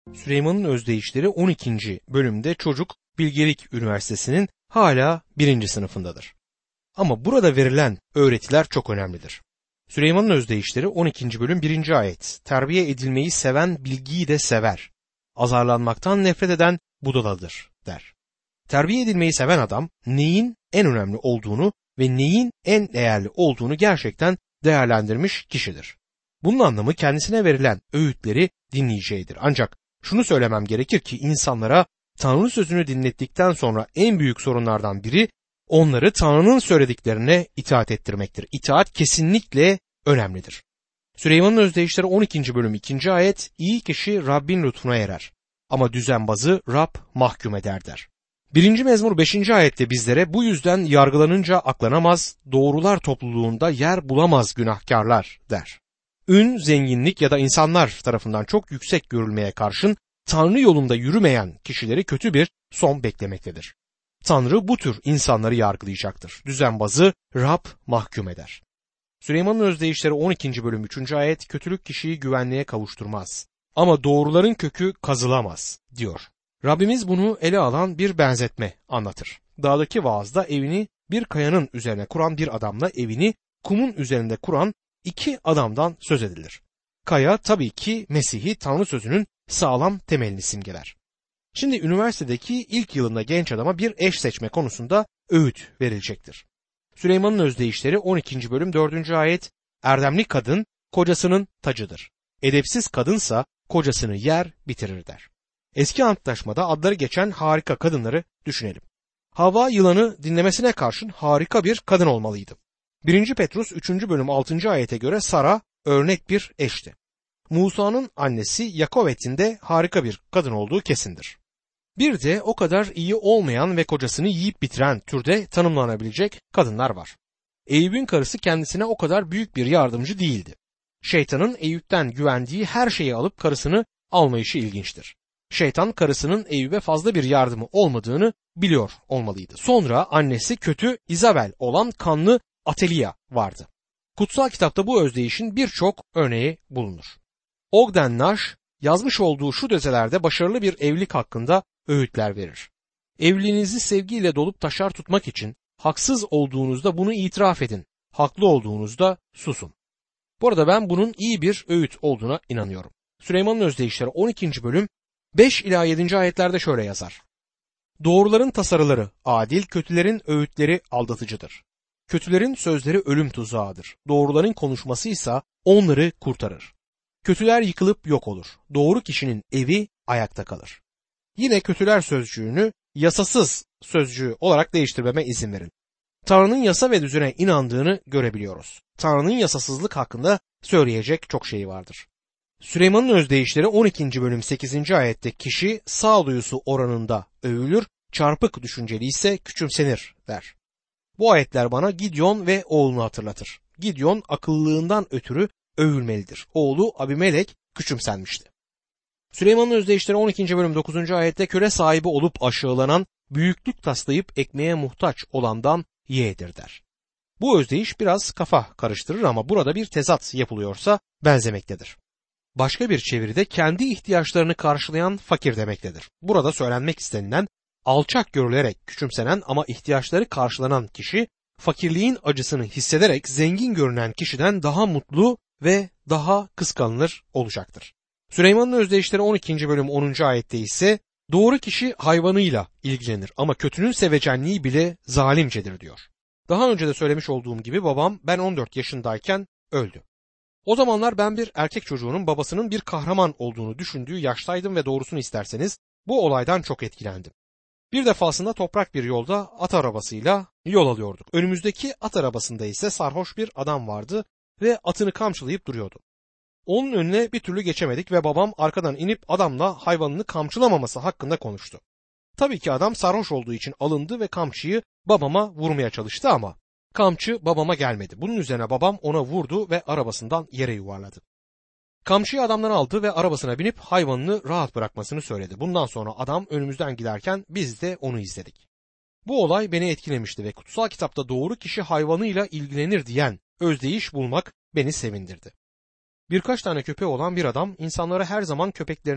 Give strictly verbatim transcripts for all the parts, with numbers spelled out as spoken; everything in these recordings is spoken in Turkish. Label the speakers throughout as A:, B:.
A: Süleyman'ın özdeyişleri on ikinci bölümde çocuk Bilgelik Üniversitesi'nin hala birinci sınıfındadır. Ama burada verilen öğretiler çok önemlidir. Süleyman'ın özdeyişleri on ikinci bölüm birinci ayet. Terbiye edilmeyi seven bilgiyi de sever. Azarlanmaktan nefret eden budaladır der. Terbiye edilmeyi seven adam neyin en önemli olduğunu ve neyin en değerli olduğunu gerçekten değerlendirmiş kişidir. Bunun anlamı kendisine verilen öğütleri dinleyeceğidir. Ancak şunu söylemem gerekir ki insanlara Tanrı sözünü dinlettikten sonra en büyük sorunlardan biri onları Tanrı'nın söylediklerine itaat ettirmektir. İtaat kesinlikle önemlidir. Süleyman'ın özdeyişleri on ikinci bölüm ikinci ayet, iyi kişi Rabbin lütfuna erer ama düzenbazı Rab mahkum eder der. birinci mezmur beşinci ayette bizlere bu yüzden yargılanınca aklanamaz, doğrular topluluğunda yer bulamaz günahkarlar der. Ün, zenginlik ya da insanlar tarafından çok yüksek görülmeye karşın Tanrı yolunda yürümeyen kişileri kötü bir son beklemektedir. Tanrı bu tür insanları yargılayacaktır. Düzenbazı Rab mahkum eder. Süleyman'ın özdeyişleri on ikinci bölüm üçüncü ayet, kötülük kişiyi güvenliğe kavuşturmaz ama doğruların kökü kazılamaz diyor. Rabbimiz bunu ele alan bir benzetme anlatır. Dağdaki vaazda evini bir kayanın üzerine kuran bir adamla evini kumun üzerinde kuran iki adamdan söz edilir. Kaya tabii ki Mesih'i Tanrı sözünün sağlam temelini simgeler. Şimdi üniversitedeki ilk yılında genç adama bir eş seçme konusunda öğüt verilecektir. Süleyman'ın özdeyişleri on ikinci bölüm dördüncü ayet, erdemli kadın kocasının tacıdır. Edepsiz kadınsa kocasını yer bitirir der. Eski antlaşmada adları geçen harika kadınları düşünelim. Havva yılanı dinlemesine karşın harika bir kadın olmalıydı. birinci Petrus üçüncü bölüm altıncı ayete göre Sara örnek bir eşti. Musa'nın annesi Yakovet'in de harika bir kadın olduğu kesindir. Bir de o kadar iyi olmayan ve kocasını yiyip bitiren türde tanımlanabilecek kadınlar var. Eyüp'ün karısı kendisine o kadar büyük bir yardımcı değildi. Şeytanın Eyüp'ten güvendiği her şeyi alıp karısını almayışı ilginçtir. Şeytan karısının Eyüp'e fazla bir yardımı olmadığını biliyor olmalıydı. Sonra annesi kötü İzabel olan kanlı Atelia vardı. Kutsal kitapta bu özdeyişin birçok örneği bulunur. Ogden Nash yazmış olduğu şu dizelerde başarılı bir evlilik hakkında öğütler verir. Evliliğinizi sevgiyle dolup taşar tutmak için haksız olduğunuzda bunu itiraf edin, haklı olduğunuzda susun. Bu arada ben bunun iyi bir öğüt olduğuna inanıyorum. Süleyman'ın özdeyişleri on ikinci bölüm beş ila yedinci ayetlerde şöyle yazar. Doğruların tasarıları adil, kötülerin öğütleri aldatıcıdır. Kötülerin sözleri ölüm tuzağıdır. Doğruların konuşması ise onları kurtarır. Kötüler yıkılıp yok olur. Doğru kişinin evi ayakta kalır. Yine kötüler sözcüğünü yasasız sözcüğü olarak değiştirmeme izin verin. Tanrı'nın yasa ve düzene inandığını görebiliyoruz. Tanrı'nın yasasızlık hakkında söyleyecek çok şey vardır. Süleyman'ın özdeyişleri on ikinci bölüm sekizinci ayette kişi sağduyusu oranında övülür, çarpık düşünceli ise küçümsenir der. Bu ayetler bana Gidyon ve oğlunu hatırlatır. Gidyon akıllılığından ötürü övülmelidir. Oğlu Abimelek küçümsenmişti. Süleyman'ın özdeyişleri on ikinci bölüm dokuzuncu ayette köle sahibi olup aşağılanan, büyüklük taslayıp ekmeğe muhtaç olandan yeğdir der. Bu özdeyiş biraz kafa karıştırır ama burada bir tezat yapılıyorsa benzemektedir. Başka bir çeviride kendi ihtiyaçlarını karşılayan fakir demektedir. Burada söylenmek istenilen alçak görülerek küçümsenen ama ihtiyaçları karşılanan kişi fakirliğin acısını hissederek zengin görünen kişiden daha mutlu ve daha kıskanılır olacaktır. Süleyman'ın özdeyişleri on ikinci bölüm onuncu ayette ise doğru kişi hayvanıyla ilgilenir ama kötünün sevecenliği bile zalimcedir diyor. Daha önce de söylemiş olduğum gibi babam ben on dört yaşındayken öldü. O zamanlar ben bir erkek çocuğunun babasının bir kahraman olduğunu düşündüğü yaştaydım ve doğrusunu isterseniz bu olaydan çok etkilendim. Bir defasında toprak bir yolda at arabasıyla yol alıyorduk. Önümüzdeki at arabasında ise sarhoş bir adam vardı ve atını kamçılayıp duruyordu. Onun önüne bir türlü geçemedik ve babam arkadan inip adamla hayvanını kamçılamaması hakkında konuştu. Tabii ki adam sarhoş olduğu için alındı ve kamçıyı babama vurmaya çalıştı ama kamçı babama gelmedi. Bunun üzerine babam ona vurdu ve arabasından yere yuvarladı. Kamçıyı adamdan aldı ve arabasına binip hayvanını rahat bırakmasını söyledi. Bundan sonra adam önümüzden giderken biz de onu izledik. Bu olay beni etkilemişti ve kutsal kitapta doğru kişi hayvanıyla ilgilenir diyen özdeyiş bulmak beni sevindirdi. Birkaç tane köpeği olan bir adam insanlara her zaman köpeklerinin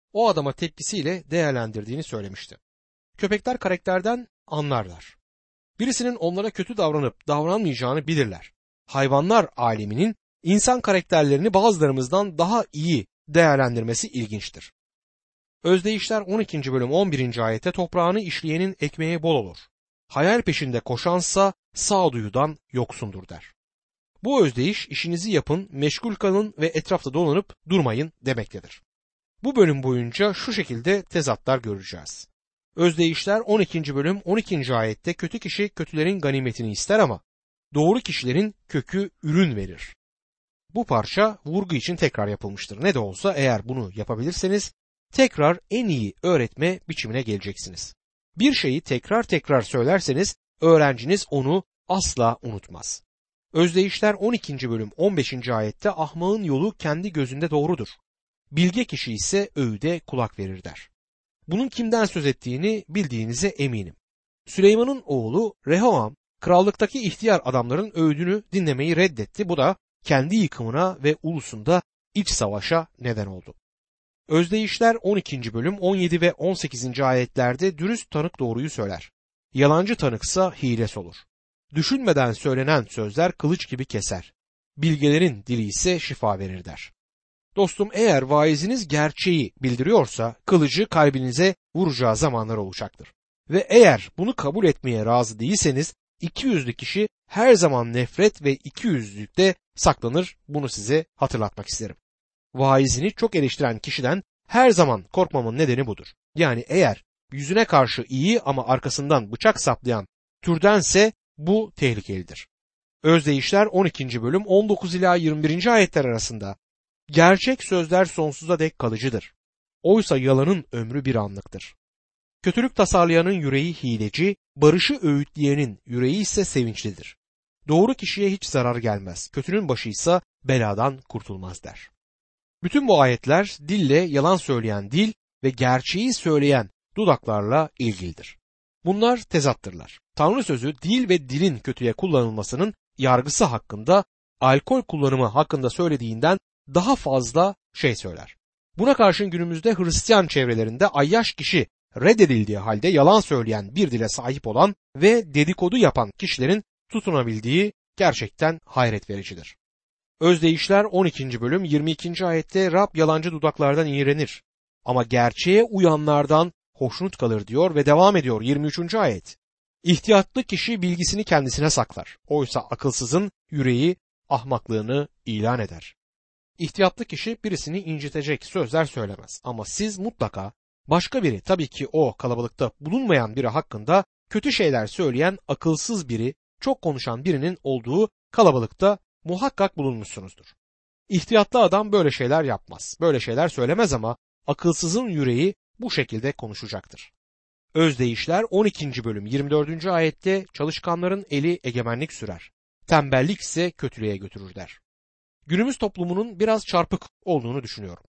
A: o adama tepkisiyle değerlendirdiğini söylemişti. Köpekler karakterden anlarlar. Birisinin onlara kötü davranıp davranmayacağını bilirler. Hayvanlar aleminin insan karakterlerini bazılarımızdan daha iyi değerlendirmesi ilginçtir. Özdeyişler on ikinci bölüm on birinci ayette toprağını işleyenin ekmeği bol olur. Hayal peşinde koşansa sağduyudan yoksundur der. Bu özdeyiş işinizi yapın, meşgul kalın ve etrafta dolanıp durmayın demektedir. Bu bölüm boyunca şu şekilde tezatlar göreceğiz. Özdeyişler on ikinci bölüm on ikinci ayette kötü kişi kötülerin ganimetini ister ama doğru kişilerin kökü ürün verir. Bu parça vurgu için tekrar yapılmıştır. Ne de olsa eğer bunu yapabilirseniz tekrar en iyi öğretme biçimine geleceksiniz. Bir şeyi tekrar tekrar söylerseniz öğrenciniz onu asla unutmaz. Özdeyişler on ikinci bölüm on beşinci ayette ahmağın yolu kendi gözünde doğrudur. Bilge kişi ise öğüde kulak verir der. Bunun kimden söz ettiğini bildiğinize eminim. Süleyman'ın oğlu Rehoboam krallıktaki ihtiyar adamların öğüdünü dinlemeyi reddetti. Bu da kendi yıkımına ve ulusunda iç savaşa neden oldu. Özdeyişler on ikinci bölüm on yedi ve on sekizinci ayetlerde dürüst tanık doğruyu söyler. Yalancı tanıksa hiles olur. Düşünmeden söylenen sözler kılıç gibi keser. Bilgelerin dili ise şifa verir der. Dostum, eğer vaiziniz gerçeği bildiriyorsa kılıcı kalbinize vuracağı zamanlar olacaktır. Ve eğer bunu kabul etmeye razı değilseniz ikiyüzlü kişi her zaman nefret ve ikiyüzlülükte saklanır. Bunu size hatırlatmak isterim. Vaizini çok eleştiren kişiden her zaman korkmamın nedeni budur. Yani eğer yüzüne karşı iyi ama arkasından bıçak saplayan türdense bu tehlikelidir. Özdeyişler on ikinci bölüm on dokuz ila yirmi birinci ayetler arasında gerçek sözler sonsuza dek kalıcıdır. Oysa yalanın ömrü bir anlıktır. Kötülük tasarlayanın yüreği hileci, barışı öğütleyenin yüreği ise sevinçlidir. Doğru kişiye hiç zarar gelmez, kötünün başı ise beladan kurtulmaz der. Bütün bu ayetler dille yalan söyleyen dil ve gerçeği söyleyen dudaklarla ilgilidir. Bunlar tezattırlar. Tanrı sözü dil ve dilin kötüye kullanılmasının yargısı hakkında, alkol kullanımı hakkında söylediğinden daha fazla şey söyler. Buna karşın günümüzde Hristiyan çevrelerinde ayyaş kişi reddedildiği halde yalan söyleyen bir dile sahip olan ve dedikodu yapan kişilerin tutunabildiği gerçekten hayret vericidir. Özdeyişler on ikinci bölüm yirmi ikinci ayette Rab yalancı dudaklardan iğrenir ama gerçeğe uyanlardan hoşnut kalır diyor ve devam ediyor yirmi üçüncü ayet. İhtiyatlı kişi bilgisini kendisine saklar. Oysa akılsızın yüreği ahmaklığını ilan eder. İhtiyatlı kişi birisini incitecek sözler söylemez ama siz mutlaka başka biri, tabii ki o kalabalıkta bulunmayan biri hakkında kötü şeyler söyleyen akılsız biri, çok konuşan birinin olduğu kalabalıkta muhakkak bulunmuşsunuzdur. İhtiyatlı adam böyle şeyler yapmaz, böyle şeyler söylemez ama akılsızın yüreği bu şekilde konuşacaktır. Özdeyişler on ikinci bölüm yirmi dördüncü ayette çalışkanların eli egemenlik sürer, tembellik ise kötülüğe götürür der. Günümüz toplumunun biraz çarpık olduğunu düşünüyorum.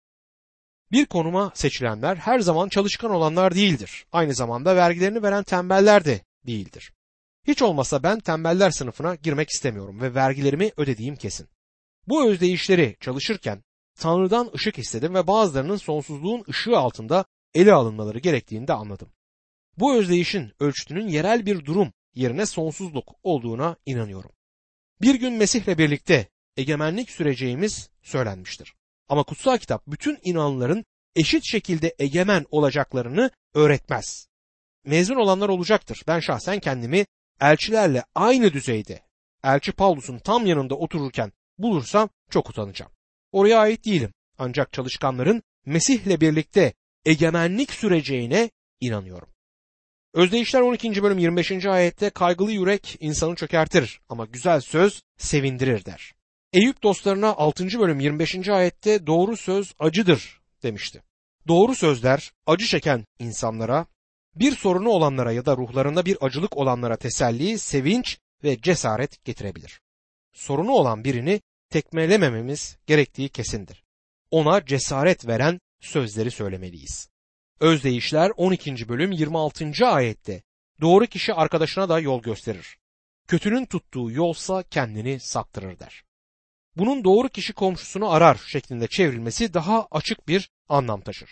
A: Bir konuma seçilenler her zaman çalışkan olanlar değildir. Aynı zamanda vergilerini veren tembeller de değildir. Hiç olmazsa ben tembeller sınıfına girmek istemiyorum ve vergilerimi ödediğim kesin. Bu özdeyişleri çalışırken Tanrı'dan ışık istedim ve bazılarının sonsuzluğun ışığı altında ele alınmaları gerektiğini de anladım. Bu özdeyişin ölçütünün yerel bir durum yerine sonsuzluk olduğuna inanıyorum. Bir gün Mesih'le birlikte egemenlik süreceğimiz söylenmiştir. Ama kutsal kitap bütün inananların eşit şekilde egemen olacaklarını öğretmez. Mezun olanlar olacaktır. Ben şahsen kendimi elçilerle aynı düzeyde, elçi Pavlus'un tam yanında otururken bulursam çok utanacağım. Oraya ait değilim. Ancak çalışkanların Mesih'le birlikte egemenlik süreceğine inanıyorum. Özdeyişler on ikinci bölüm yirmi beşinci ayette kaygılı yürek insanı çökertir ama güzel söz sevindirir der. Eyüp dostlarına altıncı bölüm yirmi beşinci ayette doğru söz acıdır demişti. Doğru sözler acı çeken insanlara, bir sorunu olanlara ya da ruhlarında bir acılık olanlara teselli, sevinç ve cesaret getirebilir. Sorunu olan birini tekmelemememiz gerektiği kesindir. Ona cesaret veren sözleri söylemeliyiz. Özdeyişler on ikinci bölüm yirmi altıncı ayette doğru kişi arkadaşına da yol gösterir. Kötünün tuttuğu yolsa kendini saptırır der. Bunun doğru kişi komşusunu arar şeklinde çevrilmesi daha açık bir anlam taşır.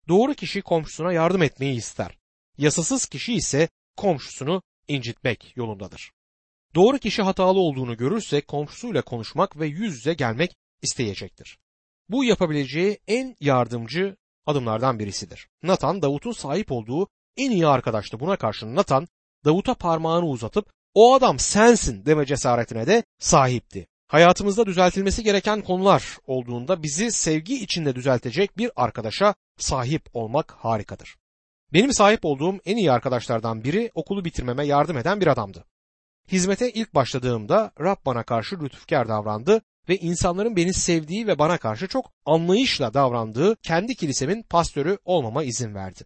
A: Doğru kişi komşusuna yardım etmeyi ister. Yasasız kişi ise komşusunu incitmek yolundadır. Doğru kişi hatalı olduğunu görürse komşusuyla konuşmak ve yüz yüze gelmek isteyecektir. Bu yapabileceği en yardımcı adımlardan birisidir. Natan, Davut'un sahip olduğu en iyi arkadaştı. Buna karşın Natan, Davut'a parmağını uzatıp o adam sensin deme cesaretine de sahipti. Hayatımızda düzeltilmesi gereken konular olduğunda bizi sevgi içinde düzeltecek bir arkadaşa sahip olmak harikadır. Benim sahip olduğum en iyi arkadaşlardan biri okulu bitirmeme yardım eden bir adamdı. Hizmete ilk başladığımda Rab bana karşı lütufkar davrandı ve insanların beni sevdiği ve bana karşı çok anlayışla davrandığı kendi kilisemin pastörü olmama izin verdi.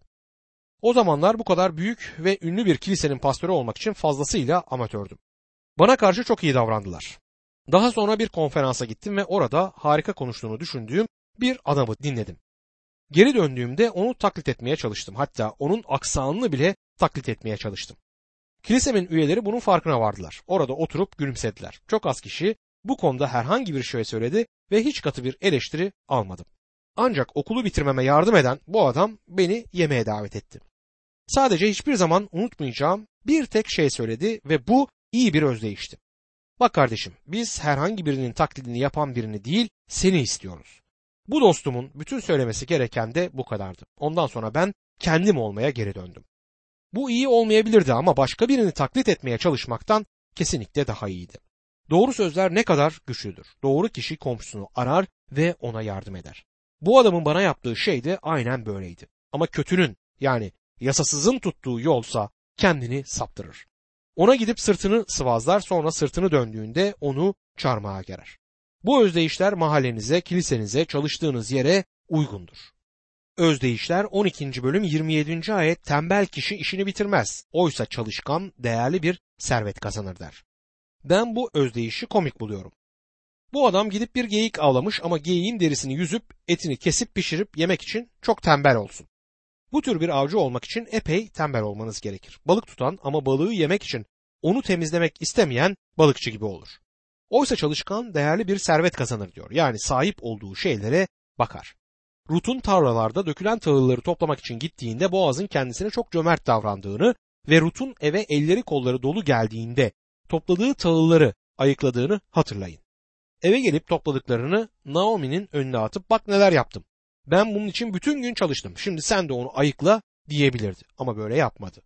A: O zamanlar bu kadar büyük ve ünlü bir kilisenin pastörü olmak için fazlasıyla amatördüm. Bana karşı çok iyi davrandılar. Daha sonra bir konferansa gittim ve orada harika konuştuğunu düşündüğüm bir adamı dinledim. Geri döndüğümde onu taklit etmeye çalıştım. Hatta onun aksanını bile taklit etmeye çalıştım. Kilisemin üyeleri bunun farkına vardılar. Orada oturup gülümsediler. Çok az kişi bu konuda herhangi bir şey söyledi ve hiç katı bir eleştiri almadım. Ancak okulu bitirmeme yardım eden bu adam beni yemeğe davet etti. Sadece hiçbir zaman unutmayacağım bir tek şey söyledi ve bu iyi bir özdeyişti. Bak kardeşim, biz herhangi birinin taklidini yapan birini değil, seni istiyoruz. Bu dostumun bütün söylemesi gereken de bu kadardı. Ondan sonra ben kendim olmaya geri döndüm. Bu iyi olmayabilirdi ama başka birini taklit etmeye çalışmaktan kesinlikle daha iyiydi. Doğru sözler ne kadar güçlüdür. Doğru kişi komşusunu arar ve ona yardım eder. Bu adamın bana yaptığı şey de aynen böyleydi. Ama kötünün, yani yasasızın tuttuğu yolsa kendini saptırır. Ona gidip sırtını sıvazlar, sonra sırtını döndüğünde onu çarmıha gerer. Bu özdeyişler mahallenize, kilisenize, çalıştığınız yere uygundur. Özdeyişler on ikinci bölüm yirmi yedinci ayet, tembel kişi işini bitirmez. Oysa çalışkan değerli bir servet kazanır der. Ben bu özdeyişi komik buluyorum. Bu adam gidip bir geyik avlamış ama geyiğin derisini yüzüp etini kesip pişirip yemek için çok tembel olsun. Bu tür bir avcı olmak için epey tembel olmanız gerekir. Balık tutan ama balığı yemek için onu temizlemek istemeyen balıkçı gibi olur. Oysa çalışkan değerli bir servet kazanır diyor. Yani sahip olduğu şeylere bakar. Rut'un tarlalarda dökülen tahılları toplamak için gittiğinde Boaz'ın kendisine çok cömert davrandığını ve Rut'un eve elleri kolları dolu geldiğinde topladığı tahılları ayıkladığını hatırlayın. Eve gelip topladıklarını Naomi'nin önüne atıp bak neler yaptım. Ben bunun için bütün gün çalıştım. Şimdi sen de onu ayıkla diyebilirdi ama böyle yapmadı.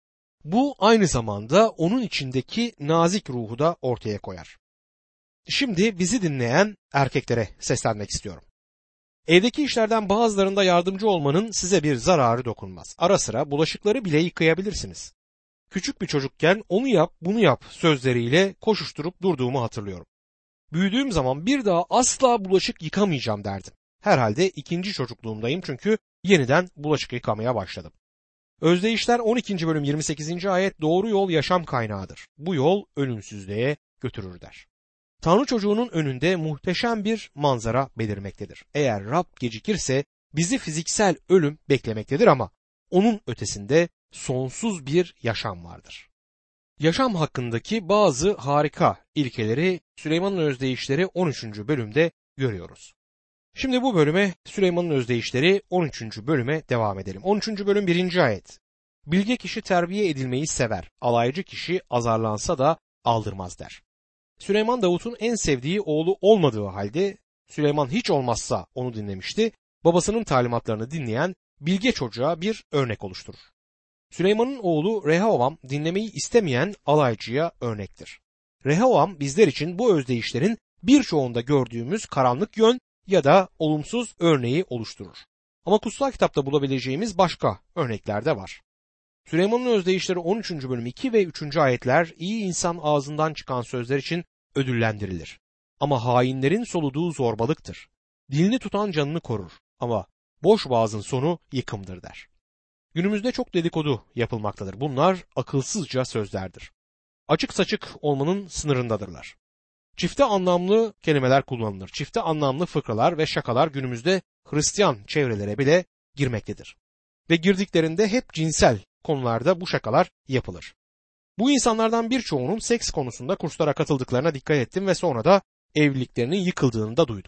A: Bu aynı zamanda onun içindeki nazik ruhu da ortaya koyar. Şimdi bizi dinleyen erkeklere seslenmek istiyorum. Evdeki işlerden bazılarında yardımcı olmanın size bir zararı dokunmaz. Ara sıra bulaşıkları bile yıkayabilirsiniz. Küçük bir çocukken onu yap, bunu yap sözleriyle koşuşturup durduğumu hatırlıyorum. Büyüdüğüm zaman bir daha asla bulaşık yıkamayacağım derdim. Herhalde ikinci çocukluğumdayım çünkü yeniden bulaşık yıkamaya başladım. Özdeyişler on ikinci bölüm yirmi sekizinci ayet, doğru yol yaşam kaynağıdır. Bu yol ölümsüzlüğe götürür der. Tanrı çocuğunun önünde muhteşem bir manzara belirmektedir. Eğer Rab gecikirse bizi fiziksel ölüm beklemektedir ama onun ötesinde sonsuz bir yaşam vardır. Yaşam hakkındaki bazı harika ilkeleri Süleyman'ın özdeyişleri on üçüncü bölümde görüyoruz. Şimdi bu bölüme Süleyman'ın özdeyişleri on üçüncü bölüme devam edelim. on üçüncü bölüm birinci ayet. Bilge kişi terbiye edilmeyi sever, alaycı kişi azarlansa da aldırmaz der. Süleyman Davut'un en sevdiği oğlu olmadığı halde Süleyman hiç olmazsa onu dinlemişti, babasının talimatlarını dinleyen bilge çocuğa bir örnek oluşturur. Süleyman'ın oğlu Rehoboam dinlemeyi istemeyen alaycıya örnektir. Rehoboam bizler için bu özdeyişlerin birçoğunda gördüğümüz karanlık yön ya da olumsuz örneği oluşturur. Ama kutsal kitapta bulabileceğimiz başka örnekler de var. Süleyman'ın özdeyişleri on üçüncü bölüm iki ve üçüncü ayetler iyi insan ağzından çıkan sözler için ödüllendirilir. Ama hainlerin soluduğu zorbalıktır. Dilini tutan canını korur ama boş vaazın sonu yıkımdır der. Günümüzde çok dedikodu yapılmaktadır. Bunlar akılsızca sözlerdir. Açık saçık olmanın sınırındadırlar. Çifte anlamlı kelimeler kullanılır. Çifte anlamlı fıkralar ve şakalar günümüzde Hristiyan çevrelere bile girmektedir. Ve girdiklerinde hep cinsel konularda bu şakalar yapılır. Bu insanlardan birçoğunun seks konusunda kurslara katıldıklarına dikkat ettim ve sonra da evliliklerinin yıkıldığını da duydum.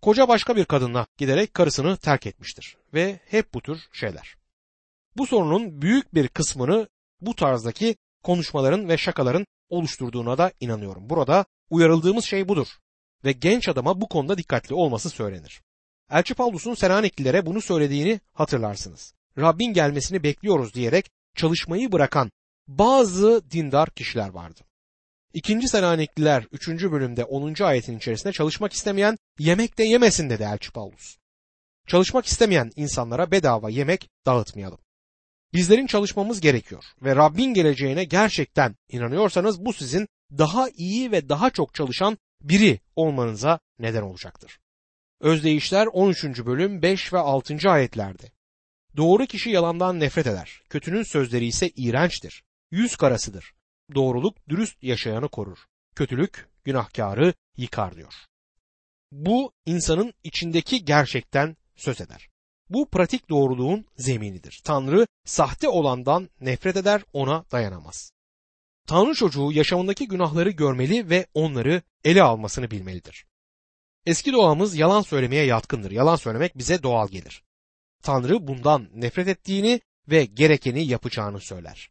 A: Koca başka bir kadınla giderek karısını terk etmiştir ve hep bu tür şeyler. Bu sorunun büyük bir kısmını bu tarzdaki konuşmaların ve şakaların oluşturduğuna da inanıyorum. Burada uyarıldığımız şey budur ve genç adama bu konuda dikkatli olması söylenir. Elçi Pavlus'un Selanikililere bunu söylediğini hatırlarsınız. Rabbin gelmesini bekliyoruz diyerek çalışmayı bırakan bazı dindar kişiler vardı. İkinci Selanikliler üçüncü bölümde onuncu ayetin içerisinde çalışmak istemeyen yemek de yemesin dedi Elçi Pavlus. Çalışmak istemeyen insanlara bedava yemek dağıtmayalım. Bizlerin çalışmamız gerekiyor ve Rabbin geleceğine gerçekten inanıyorsanız bu sizin daha iyi ve daha çok çalışan biri olmanıza neden olacaktır. Özdeyişler on üçüncü bölüm beş ve altıncı ayetlerde. Doğru kişi yalandan nefret eder. Kötünün sözleri ise iğrençtir. Yüz karasıdır. Doğruluk dürüst yaşayanı korur. Kötülük günahkarı yıkar diyor. Bu insanın içindeki gerçekten söz eder. Bu pratik doğruluğun zeminidir. Tanrı sahte olandan nefret eder, ona dayanamaz. Tanrı çocuğu yaşamındaki günahları görmeli ve onları ele almasını bilmelidir. Eski doğamız yalan söylemeye yatkındır. Yalan söylemek bize doğal gelir. Tanrı bundan nefret ettiğini ve gerekeni yapacağını söyler.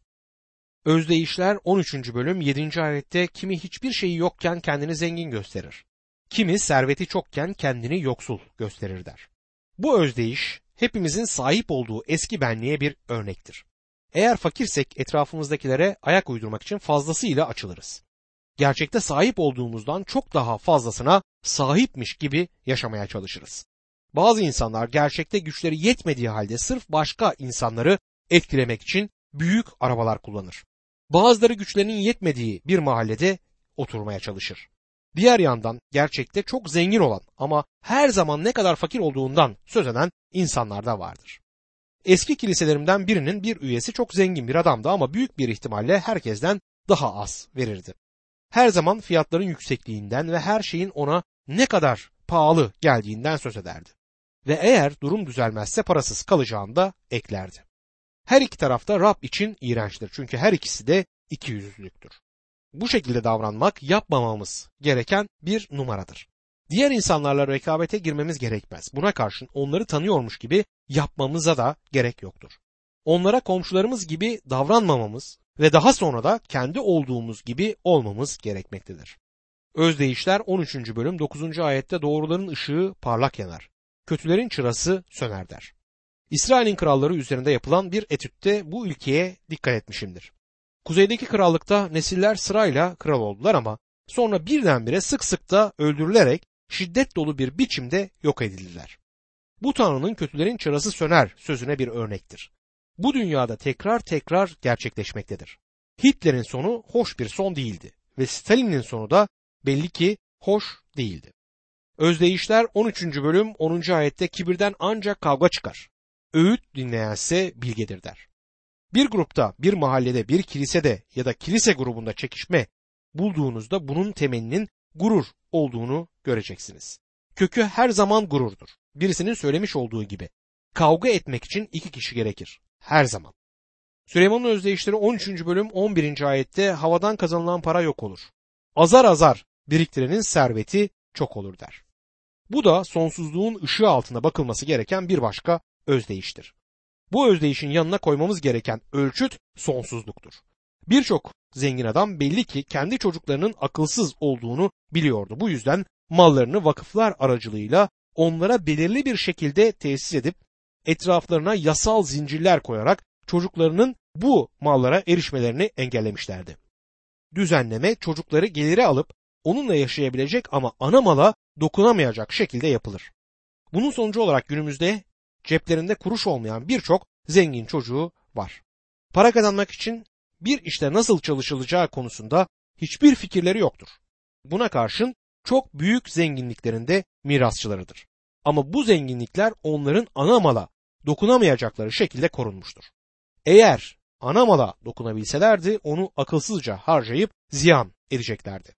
A: Özdeyişler on üçüncü bölüm yedinci ayette kimi hiçbir şeyi yokken kendini zengin gösterir. Kimi serveti çokken kendini yoksul gösterir der. Bu özdeyiş hepimizin sahip olduğu eski benliğe bir örnektir. Eğer fakirsek etrafımızdakilere ayak uydurmak için fazlasıyla açılırız. Gerçekte sahip olduğumuzdan çok daha fazlasına sahipmiş gibi yaşamaya çalışırız. Bazı insanlar gerçekte güçleri yetmediği halde sırf başka insanları etkilemek için büyük arabalar kullanır. Bazıları güçlerinin yetmediği bir mahallede oturmaya çalışır. Diğer yandan gerçekte çok zengin olan ama her zaman ne kadar fakir olduğundan söz eden insanlar da vardır. Eski kiliselerimden birinin bir üyesi çok zengin bir adamdı ama büyük bir ihtimalle herkesten daha az verirdi. Her zaman fiyatların yüksekliğinden ve her şeyin ona ne kadar pahalı geldiğinden söz ederdi. Ve eğer durum düzelmezse parasız kalacağını da eklerdi. Her iki tarafta Rab için iğrençtir çünkü her ikisi de ikiyüzlülüktür. Bu şekilde davranmak yapmamamız gereken bir numaradır. Diğer insanlarla rekabete girmemiz gerekmez. Buna karşın onları tanıyormuş gibi yapmamıza da gerek yoktur. Onlara komşularımız gibi davranmamamız ve daha sonra da kendi olduğumuz gibi olmamız gerekmektedir. Özdeyişler on üçüncü bölüm dokuzuncu ayette doğruların ışığı parlak yanar. Kötülerin çırası söner der. İsrail'in kralları üzerinde yapılan bir etütte bu ilkeye dikkat etmişimdir. Kuzeydeki krallıkta nesiller sırayla kral oldular ama sonra birdenbire sık sık da öldürülerek şiddet dolu bir biçimde yok edildiler. Bu Tanrı'nın kötülerin çırası söner sözüne bir örnektir. Bu dünyada tekrar tekrar gerçekleşmektedir. Hitler'in sonu hoş bir son değildi ve Stalin'in sonu da belli ki hoş değildi. Özdeyişler on üçüncü bölüm onuncu ayette kibirden ancak kavga çıkar. Öğüt dinleyense bilgedir der. Bir grupta, bir mahallede, bir kilisede ya da kilise grubunda çekişme bulduğunuzda bunun temelinin gurur olduğunu göreceksiniz. Kökü her zaman gururdur. Birisinin söylemiş olduğu gibi kavga etmek için iki kişi gerekir. Her zaman. Süleyman'ın özdeyişleri on üçüncü bölüm on birinci ayette havadan kazanılan para yok olur. Azar azar biriktirenin serveti çok olur der. Bu da sonsuzluğun ışığı altında bakılması gereken bir başka özdeyiştir. Bu özdeyişin yanına koymamız gereken ölçüt sonsuzluktur. Birçok zengin adam belli ki kendi çocuklarının akılsız olduğunu biliyordu. Bu yüzden mallarını vakıflar aracılığıyla onlara belirli bir şekilde tesis edip etraflarına yasal zincirler koyarak çocuklarının bu mallara erişmelerini engellemişlerdi. Düzenleme çocukları geliri alıp onunla yaşayabilecek ama ana mala dokunamayacak şekilde yapılır. Bunun sonucu olarak günümüzde ceplerinde kuruş olmayan birçok zengin çocuğu var. Para kazanmak için bir işte nasıl çalışılacağı konusunda hiçbir fikirleri yoktur. Buna karşın çok büyük zenginliklerinde mirasçılarıdır. Ama bu zenginlikler onların ana mala dokunamayacakları şekilde korunmuştur. Eğer ana mala dokunabilselerdi onu akılsızca harcayıp ziyan edeceklerdi.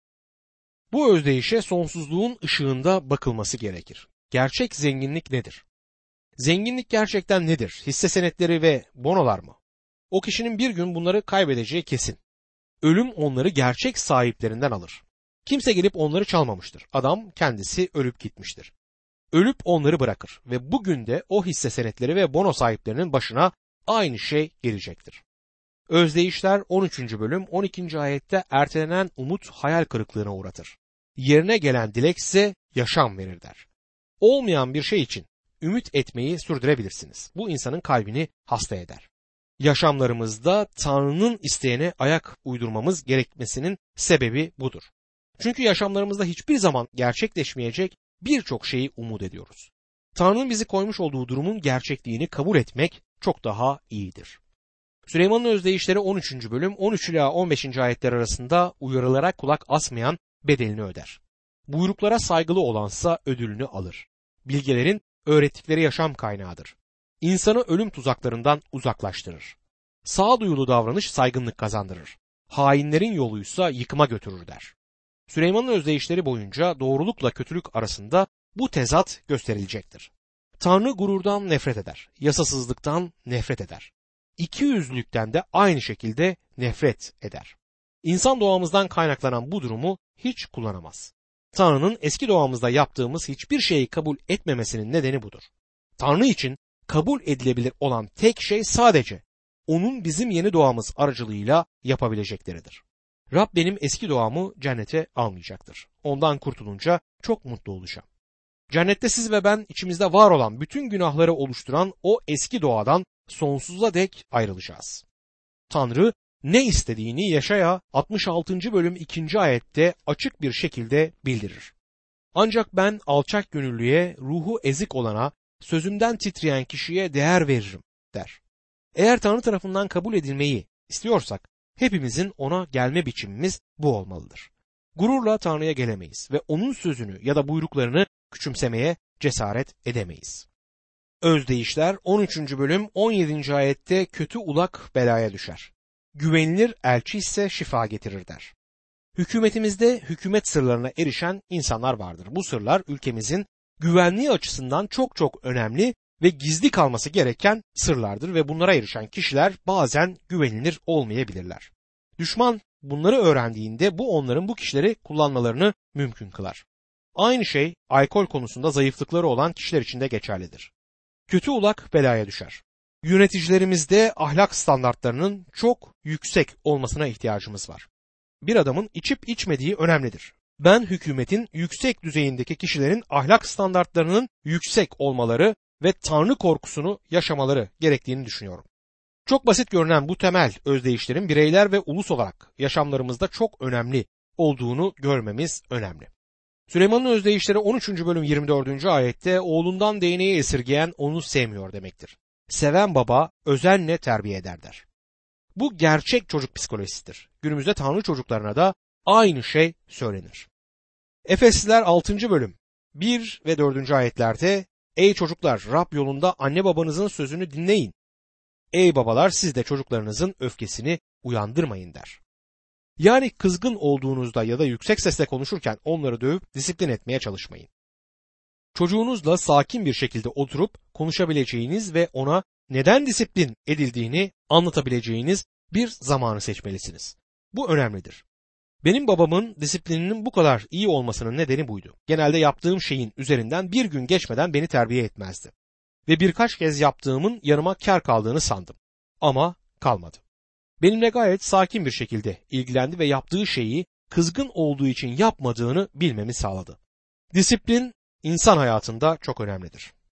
A: Bu özdeyişe sonsuzluğun ışığında bakılması gerekir. Gerçek zenginlik nedir? Zenginlik gerçekten nedir? Hisse senetleri ve bonolar mı? O kişinin bir gün bunları kaybedeceği kesin. Ölüm onları gerçek sahiplerinden alır. Kimse gelip onları çalmamıştır. Adam kendisi ölüp gitmiştir. ölüp onları bırakır ve bugün de o hisse senetleri ve bono sahiplerinin başına aynı şey gelecektir. Özdeyişler on üçüncü bölüm on ikinci ayette ertelenen umut hayal kırıklığına uğratır. Yerine gelen dilek ise yaşam verir der. Olmayan bir şey için ümit etmeyi sürdürebilirsiniz. Bu insanın kalbini hasta eder. Yaşamlarımızda Tanrı'nın isteğine ayak uydurmamız gerekmesinin sebebi budur. Çünkü yaşamlarımızda hiçbir zaman gerçekleşmeyecek birçok şeyi umut ediyoruz. Tanrı'nın bizi koymuş olduğu durumun gerçekliğini kabul etmek çok daha iyidir. Süleyman'ın özdeyişleri on üçüncü bölüm on üç ila on beşinci ayetler arasında uyarılara kulak asmayan bedelini öder. Buyruklara saygılı olansa ödülünü alır. Bilgelerin öğrettikleri yaşam kaynağıdır. İnsanı ölüm tuzaklarından uzaklaştırır. Sağduyulu davranış saygınlık kazandırır. Hainlerin yoluysa yıkıma götürür der. Süleyman'ın özdeyişleri boyunca doğrulukla kötülük arasında bu tezat gösterilecektir. Tanrı gururdan nefret eder, yasasızlıktan nefret eder. İkiyüzlülükten de aynı şekilde nefret eder. İnsan doğamızdan kaynaklanan bu durumu hiç kullanamaz. Tanrı'nın eski doğamızda yaptığımız hiçbir şeyi kabul etmemesinin nedeni budur. Tanrı için kabul edilebilir olan tek şey sadece onun bizim yeni doğamız aracılığıyla yapabilecekleridir. Rab benim eski doğamı cennete almayacaktır. Ondan kurtulunca çok mutlu olacağım. Cennette siz ve ben içimizde var olan bütün günahları oluşturan o eski doğadan sonsuza dek ayrılacağız. Tanrı ne istediğini Yeşaya altmış altıncı bölüm ikinci ayette açık bir şekilde bildirir. Ancak ben alçak gönüllüye, ruhu ezik olana, sözümden titreyen kişiye değer veririm der. Eğer Tanrı tarafından kabul edilmeyi istiyorsak hepimizin ona gelme biçimimiz bu olmalıdır. Gururla Tanrı'ya gelemeyiz ve onun sözünü ya da buyruklarını küçümsemeye cesaret edemeyiz. Özdeyişler on üçüncü bölüm on yedinci ayette kötü ulak belaya düşer. Güvenilir elçi ise şifa getirir der. Hükümetimizde hükümet sırlarına erişen insanlar vardır. Bu sırlar ülkemizin güvenliği açısından çok çok önemli ve gizli kalması gereken sırlardır ve bunlara erişen kişiler bazen güvenilir olmayabilirler. Düşman bunları öğrendiğinde bu onların bu kişileri kullanmalarını mümkün kılar. Aynı şey alkol konusunda zayıflıkları olan kişiler için de geçerlidir. Kötü ulak belaya düşer. Yöneticilerimizde ahlak standartlarının çok yüksek olmasına ihtiyacımız var. Bir adamın içip içmediği önemlidir. Ben hükümetin yüksek düzeyindeki kişilerin ahlak standartlarının yüksek olmaları ve Tanrı korkusunu yaşamaları gerektiğini düşünüyorum. Çok basit görünen bu temel özdeyişlerin bireyler ve ulus olarak yaşamlarımızda çok önemli olduğunu görmemiz önemli. Süleyman'ın özdeyişleri on üçüncü bölüm yirmi dördüncü ayette oğlundan değneği esirgeyen onu sevmiyor demektir. Seven baba özenle terbiye eder der. Bu gerçek çocuk psikolojisidir. Günümüzde Tanrı çocuklarına da aynı şey söylenir. Efesliler altıncı bölüm bir ve dördüncü ayetlerde ey çocuklar Rab yolunda anne babanızın sözünü dinleyin. Ey babalar siz de çocuklarınızın öfkesini uyandırmayın der. Yani kızgın olduğunuzda ya da yüksek sesle konuşurken onları dövüp disiplin etmeye çalışmayın. Çocuğunuzla sakin bir şekilde oturup konuşabileceğiniz ve ona neden disiplin edildiğini anlatabileceğiniz bir zamanı seçmelisiniz. Bu önemlidir. Benim babamın disiplininin bu kadar iyi olmasının nedeni buydu. Genelde yaptığım şeyin üzerinden bir gün geçmeden beni terbiye etmezdi. Ve birkaç kez yaptığımın yanıma kar kaldığını sandım. Ama kalmadı. Benimle gayet sakin bir şekilde ilgilendi ve yaptığı şeyi kızgın olduğu için yapmadığını bilmemi sağladı. Disiplin insan hayatında çok önemlidir.